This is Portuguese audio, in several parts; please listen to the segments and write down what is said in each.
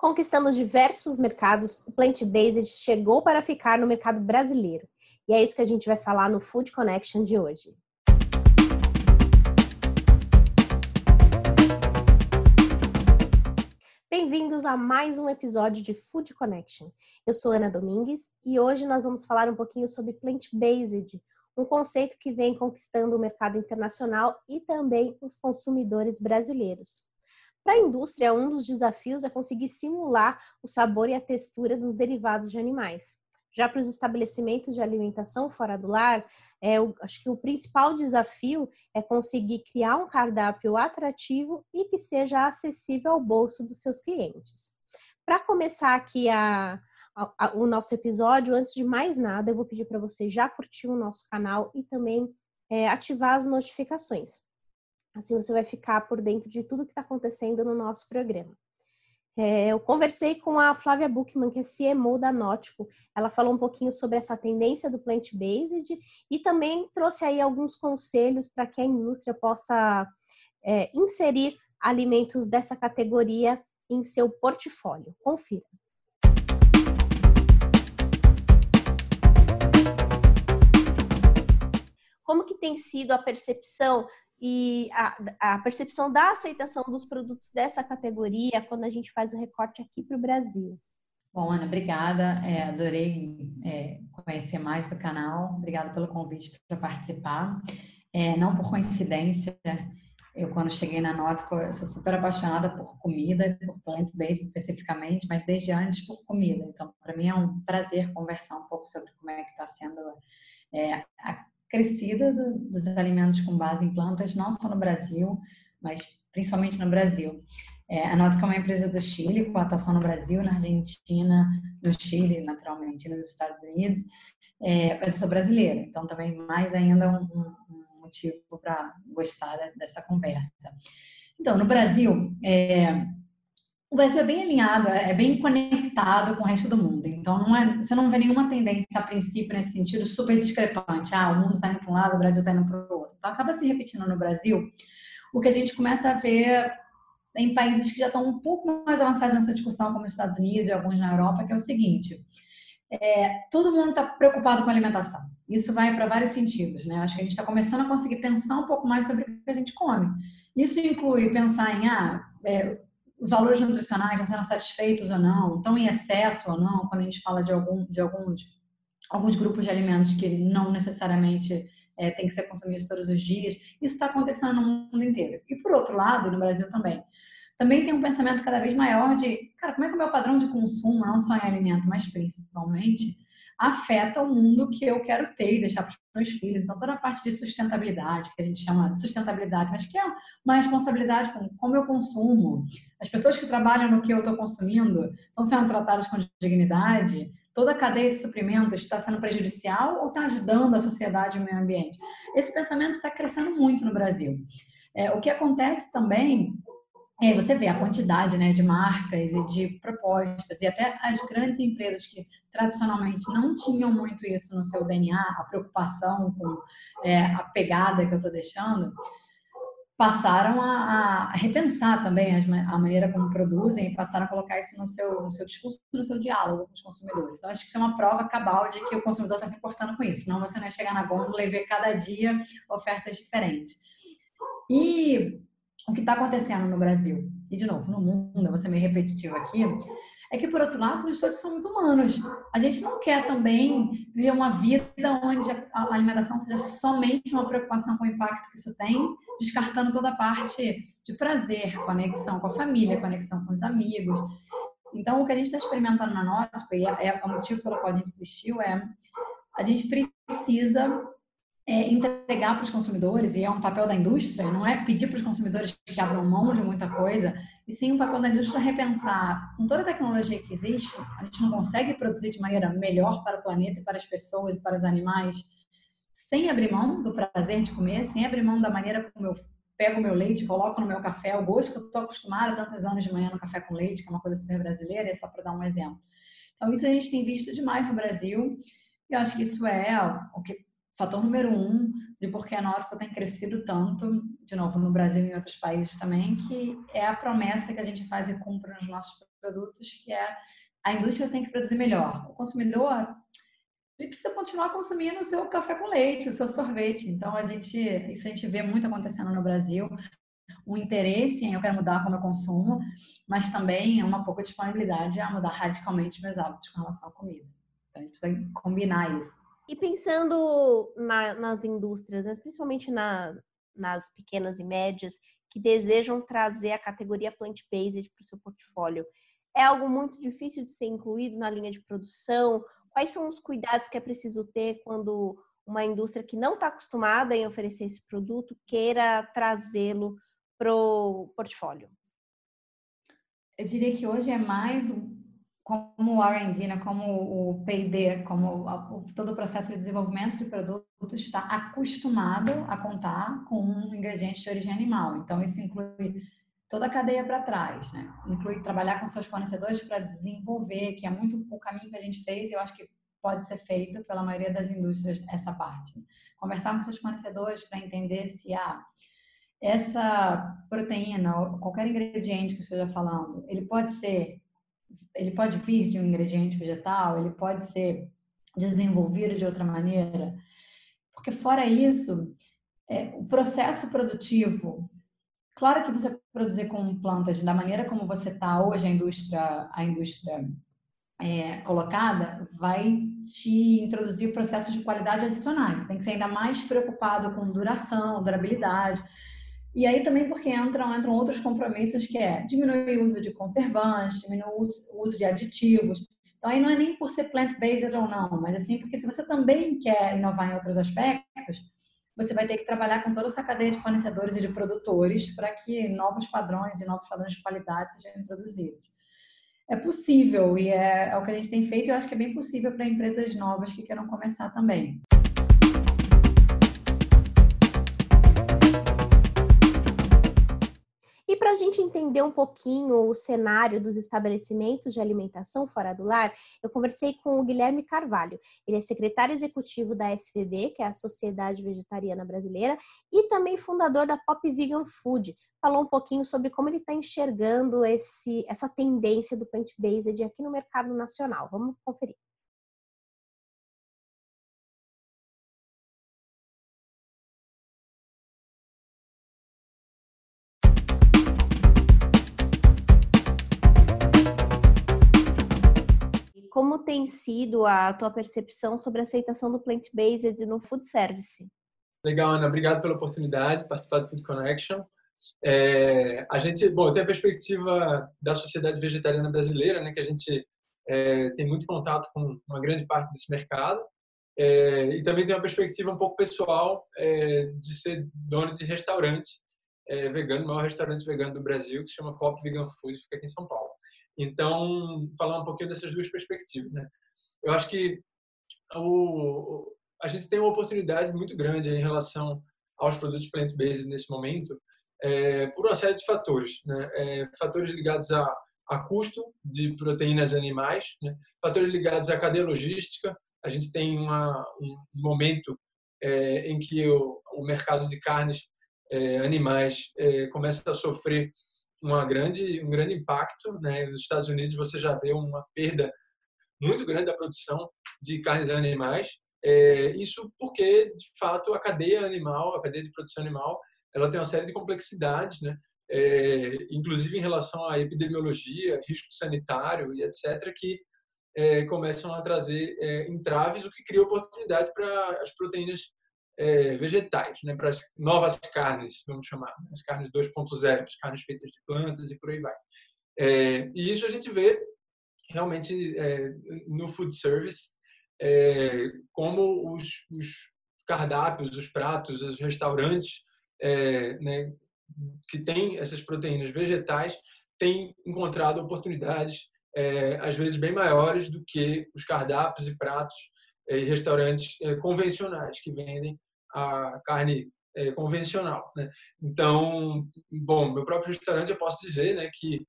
Conquistando diversos mercados, o plant-based chegou para ficar no mercado brasileiro. E é isso que a gente vai falar no Food Connection de hoje. Bem-vindos a mais um episódio de Food Connection. Eu sou Ana Domingues e hoje nós vamos falar um pouquinho sobre plant-based, um conceito que vem conquistando o mercado internacional e também os consumidores brasileiros. Para a indústria, um dos desafios é conseguir simular o sabor e a textura dos derivados de animais. Já para os estabelecimentos de alimentação fora do lar, acho que o principal desafio é conseguir criar um cardápio atrativo e que seja acessível ao bolso dos seus clientes. Para começar aqui o nosso episódio, antes de mais nada, eu vou pedir para você já curtir o nosso canal e também ativar as notificações. Assim você vai ficar por dentro de tudo que está acontecendo no nosso programa. Eu conversei com a Flávia Buchmann, que é CMO da Nótico. Ela falou um pouquinho sobre essa tendência do plant-based e também trouxe aí alguns conselhos para que a indústria possa inserir alimentos dessa categoria em seu portfólio. Confira. Como que tem sido a percepção e a percepção da aceitação dos produtos dessa categoria quando a gente faz o recorte aqui para o Brasil? Bom, Ana, obrigada. Adorei conhecer mais do canal. Obrigada pelo convite para participar. Não por coincidência, eu quando cheguei na Nótico, eu sou super apaixonada por comida, por plant-based especificamente, mas desde antes por comida. Então, para mim é um prazer conversar um pouco sobre como é que está sendo a crescida dos alimentos com base em plantas, não só no Brasil, mas principalmente no Brasil. A Nótico é uma empresa do Chile, com atuação no Brasil, na Argentina, no Chile, naturalmente, nos Estados Unidos. Eu sou brasileira, então também mais ainda um motivo para gostar dessa conversa. Então, no Brasil, o Brasil é bem alinhado, é bem conectado com o resto do mundo. Então, você não vê nenhuma tendência, a princípio, nesse sentido, super discrepante. O mundo está indo para um lado, o Brasil está indo para o outro. Então, acaba se repetindo no Brasil o que a gente começa a ver em países que já estão um pouco mais avançados nessa discussão, como os Estados Unidos e alguns na Europa, que é o seguinte: todo mundo está preocupado com a alimentação. Isso vai para vários sentidos, né? Acho que a gente está começando a conseguir pensar um pouco mais sobre o que a gente come. Isso inclui pensar em os valores nutricionais estão sendo satisfeitos ou não, estão em excesso ou não, quando a gente fala de alguns grupos de alimentos que não necessariamente tem que ser consumidos todos os dias. Isso está acontecendo no mundo inteiro. E por outro lado, no Brasil também tem um pensamento cada vez maior de, cara, como é que o meu padrão de consumo, não só em alimento, mas principalmente, afeta o mundo que eu quero ter e deixar para os meus filhos. Então, toda a parte de sustentabilidade, que a gente chama de sustentabilidade, mas que é uma responsabilidade com como eu consumo. As pessoas que trabalham no que eu estou consumindo estão sendo tratadas com dignidade. Toda a cadeia de suprimentos está sendo prejudicial ou está ajudando a sociedade e o meio ambiente? Esse pensamento está crescendo muito no Brasil. O que acontece também você vê a quantidade, né, de marcas e de propostas, e até as grandes empresas que tradicionalmente não tinham muito isso no seu DNA, a preocupação com a pegada que eu estou deixando, passaram a repensar também a maneira como produzem e passaram a colocar isso no seu discurso, no seu diálogo com os consumidores. Então, acho que isso é uma prova cabal de que o consumidor está se importando com isso, senão você não ia chegar na gôndola e ver cada dia ofertas diferentes. E o que está acontecendo no Brasil, e de novo, no mundo, eu vou ser meio repetitivo aqui, é que, por outro lado, nós todos somos humanos. A gente não quer também viver uma vida onde a alimentação seja somente uma preocupação com o impacto que isso tem, descartando toda a parte de prazer, conexão com a família, conexão com os amigos. Então, o que a gente está experimentando na Nótico, e o motivo pelo qual a gente desistiu, a gente precisa entregar para os consumidores, e é um papel da indústria, não é pedir para os consumidores que abram mão de muita coisa, e sim um papel da indústria repensar. Com toda a tecnologia que existe, a gente não consegue produzir de maneira melhor para o planeta e para as pessoas e para os animais, sem abrir mão do prazer de comer, sem abrir mão da maneira como eu pego o meu leite, coloco no meu café, o gosto que eu estou acostumada há tantos anos de manhã no café com leite, que é uma coisa super brasileira, é só para dar um exemplo. Então, isso a gente tem visto demais no Brasil, e eu acho que isso é o que fator número um de por que a Nautical tem crescido tanto, de novo, no Brasil e em outros países também, que é a promessa que a gente faz e cumpre nos nossos produtos, que é a indústria tem que produzir melhor. O consumidor, ele precisa continuar consumindo o seu café com leite, o seu sorvete. Então, isso a gente vê muito acontecendo no Brasil, um interesse em eu quero mudar como eu consumo, mas também uma pouca disponibilidade a mudar radicalmente meus hábitos com relação à comida. Então, a gente precisa combinar isso. E pensando nas indústrias, né, principalmente nas pequenas e médias, que desejam trazer a categoria plant-based para o seu portfólio, é algo muito difícil de ser incluído na linha de produção? Quais são os cuidados que é preciso ter quando uma indústria que não está acostumada em oferecer esse produto queira trazê-lo para o portfólio? Eu diria que hoje é mais como o R&D, né, como o P&D, como todo o processo de desenvolvimento de produto está acostumado a contar com um ingrediente de origem animal. Então, isso inclui toda a cadeia para trás, né? Inclui trabalhar com seus fornecedores para desenvolver, que é muito o caminho que a gente fez e eu acho que pode ser feito pela maioria das indústrias essa parte. Conversar com seus fornecedores para entender se essa proteína ou qualquer ingrediente que eu esteja falando, ele pode vir de um ingrediente vegetal, ele pode ser desenvolvido de outra maneira, porque fora isso, o processo produtivo, claro que você produzir com plantas da maneira como você está hoje, a indústria colocada, vai te introduzir processos de qualidade adicionais. Você tem que ser ainda mais preocupado com duração, durabilidade. E aí também porque entram outros compromissos que é diminuir o uso de conservantes, diminuir o uso de aditivos. Então aí não é nem por ser plant-based ou não, mas assim porque se você também quer inovar em outros aspectos, você vai ter que trabalhar com toda essa cadeia de fornecedores e de produtores para que novos padrões e novos padrões de qualidade sejam introduzidos. É possível e é o que a gente tem feito e eu acho que é bem possível para empresas novas que queiram começar também. E para a gente entender um pouquinho o cenário dos estabelecimentos de alimentação fora do lar, eu conversei com o Guilherme Carvalho. Ele é secretário executivo da SVB, que é a Sociedade Vegetariana Brasileira, e também fundador da Pop Vegan Food. Falou um pouquinho sobre como ele está enxergando essa tendência do plant-based aqui no mercado nacional. Vamos conferir. Como tem sido a tua percepção sobre a aceitação do plant-based no food service? Legal, Ana. Obrigado pela oportunidade de participar do Food Connection. Eu tenho a perspectiva da Sociedade Vegetariana Brasileira, né, que a gente tem muito contato com uma grande parte desse mercado. E também tem uma perspectiva um pouco pessoal de ser dono de restaurante vegano, o maior restaurante vegano do Brasil, que se chama Pop Vegan Food, fica aqui em São Paulo. Então, falar um pouquinho dessas duas perspectivas, né? Eu acho que a gente tem uma oportunidade muito grande em relação aos produtos plant-based nesse momento, por uma série de fatores, né? Fatores ligados a custo de proteínas animais, né? Fatores ligados à cadeia logística. A gente tem um momento em que o mercado de carnes animais começa a sofrer um grande impacto, né? Nos Estados Unidos você já vê uma perda muito grande da produção de carnes animais. Isso porque, de fato, a cadeia de produção animal, ela tem uma série de complexidades, né? Inclusive em relação à epidemiologia, risco sanitário e etc., que começam a trazer entraves, o que cria oportunidade para as proteínas vegetais, né? Para as novas carnes, vamos chamar, né? As carnes 2.0, as carnes feitas de plantas e por aí vai. E isso a gente vê realmente no food service, como os cardápios, os pratos, os restaurantes né, que têm essas proteínas vegetais têm encontrado oportunidades às vezes bem maiores do que os cardápios e pratos e restaurantes convencionais que vendem a carne convencional, né? Então, bom, meu próprio restaurante eu posso dizer, né, que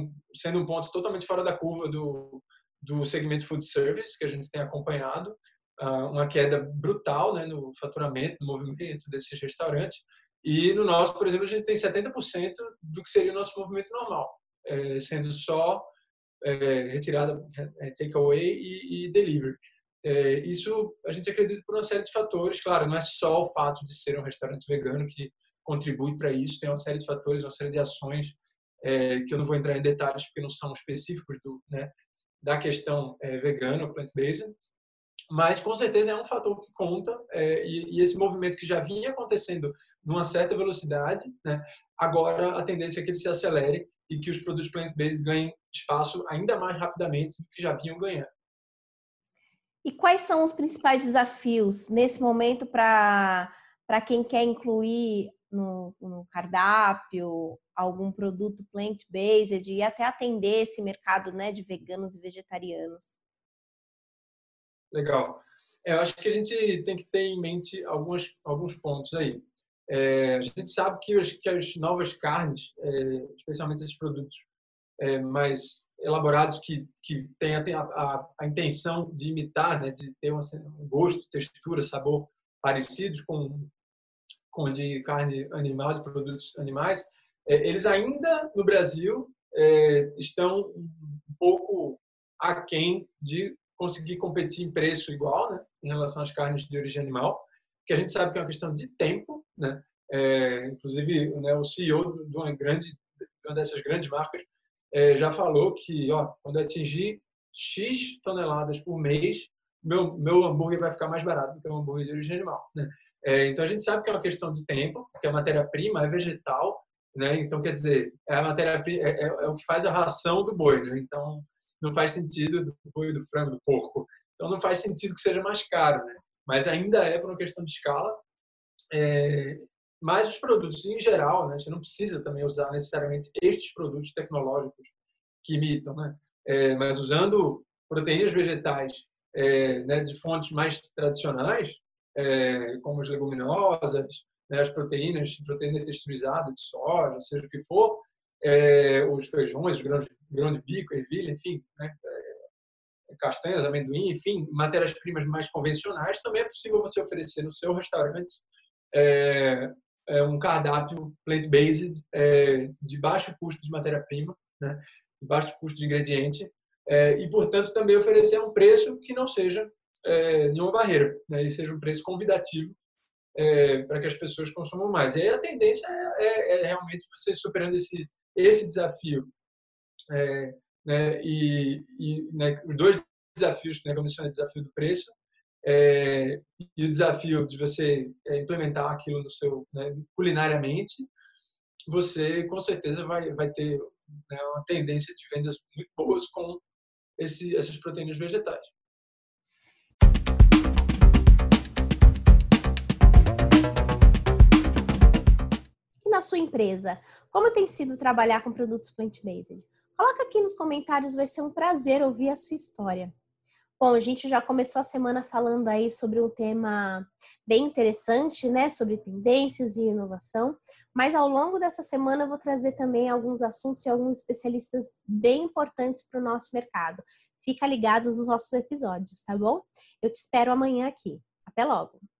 sendo um ponto totalmente fora da curva do segmento food service que a gente tem acompanhado, uma queda brutal, né, no faturamento, no movimento desses restaurantes. E no nosso, por exemplo, a gente tem 70% do que seria o nosso movimento normal, sendo só retirada, takeaway e delivery. Isso a gente acredita por uma série de fatores. Claro, não é só o fato de ser um restaurante vegano que contribui para isso. Tem uma série de fatores, uma série de ações que eu não vou entrar em detalhes porque não são específicos da questão vegana ou plant-based. Mas, com certeza, é um fator que conta, e esse movimento que já vinha acontecendo numa certa velocidade, né, agora a tendência é que ele se acelere e que os produtos plant-based ganhem espaço ainda mais rapidamente do que já vinham ganhando. E quais são os principais desafios nesse momento para quem quer incluir no cardápio algum produto plant-based e até atender esse mercado, né, de veganos e vegetarianos? Legal. Eu acho que a gente tem que ter em mente alguns pontos aí. A gente sabe que as novas carnes, especialmente esses produtos mais elaborados que têm a intenção de imitar, né, de ter um gosto, textura, sabor parecidos com de carne animal, de produtos animais, eles ainda no Brasil estão um pouco aquém de conseguir competir em preço igual, né, em relação às carnes de origem animal, que a gente sabe que é uma questão de tempo, né? Inclusive, né, o CEO de uma dessas grandes marcas já falou que, quando atingir X toneladas por mês, meu hambúrguer vai ficar mais barato do que um hambúrguer de origem animal, né? Então a gente sabe que é uma questão de tempo, porque a matéria-prima é vegetal, né? Então quer dizer, a matéria-prima é o que faz a ração do boi, né? Então não faz sentido do boi, do frango, do porco. Então não faz sentido que seja mais caro, né? Mas ainda é por uma questão de escala. Mas os produtos em geral, né? Você não precisa também usar necessariamente estes produtos tecnológicos que imitam, né? Mas usando proteínas vegetais né, de fontes mais tradicionais, como as leguminosas, né, as proteína texturizada de soja, seja o que for, os feijões, os grão de bico, ervilha, enfim, né, castanhas, amendoim, enfim, matérias-primas mais convencionais, também é possível você oferecer no seu restaurante um cardápio plant-based de baixo custo de matéria-prima, né, de baixo custo de ingrediente, e, portanto, também oferecer um preço que não seja nenhuma barreira, né, e seja um preço convidativo para que as pessoas consumam mais. E aí a tendência é realmente você superando esse desafio, né, né, os dois desafios, né, como eu mencionei, o desafio do preço e o desafio de você implementar aquilo no seu, né, culinariamente, você com certeza vai ter, né, uma tendência de vendas muito boas com essas proteínas vegetais. E na sua empresa, como tem sido trabalhar com produtos plant-based? Coloca aqui nos comentários, vai ser um prazer ouvir a sua história. Bom, a gente já começou a semana falando aí sobre um tema bem interessante, né? Sobre tendências e inovação. Mas ao longo dessa semana eu vou trazer também alguns assuntos e alguns especialistas bem importantes para o nosso mercado. Fica ligado nos nossos episódios, tá bom? Eu te espero amanhã aqui. Até logo!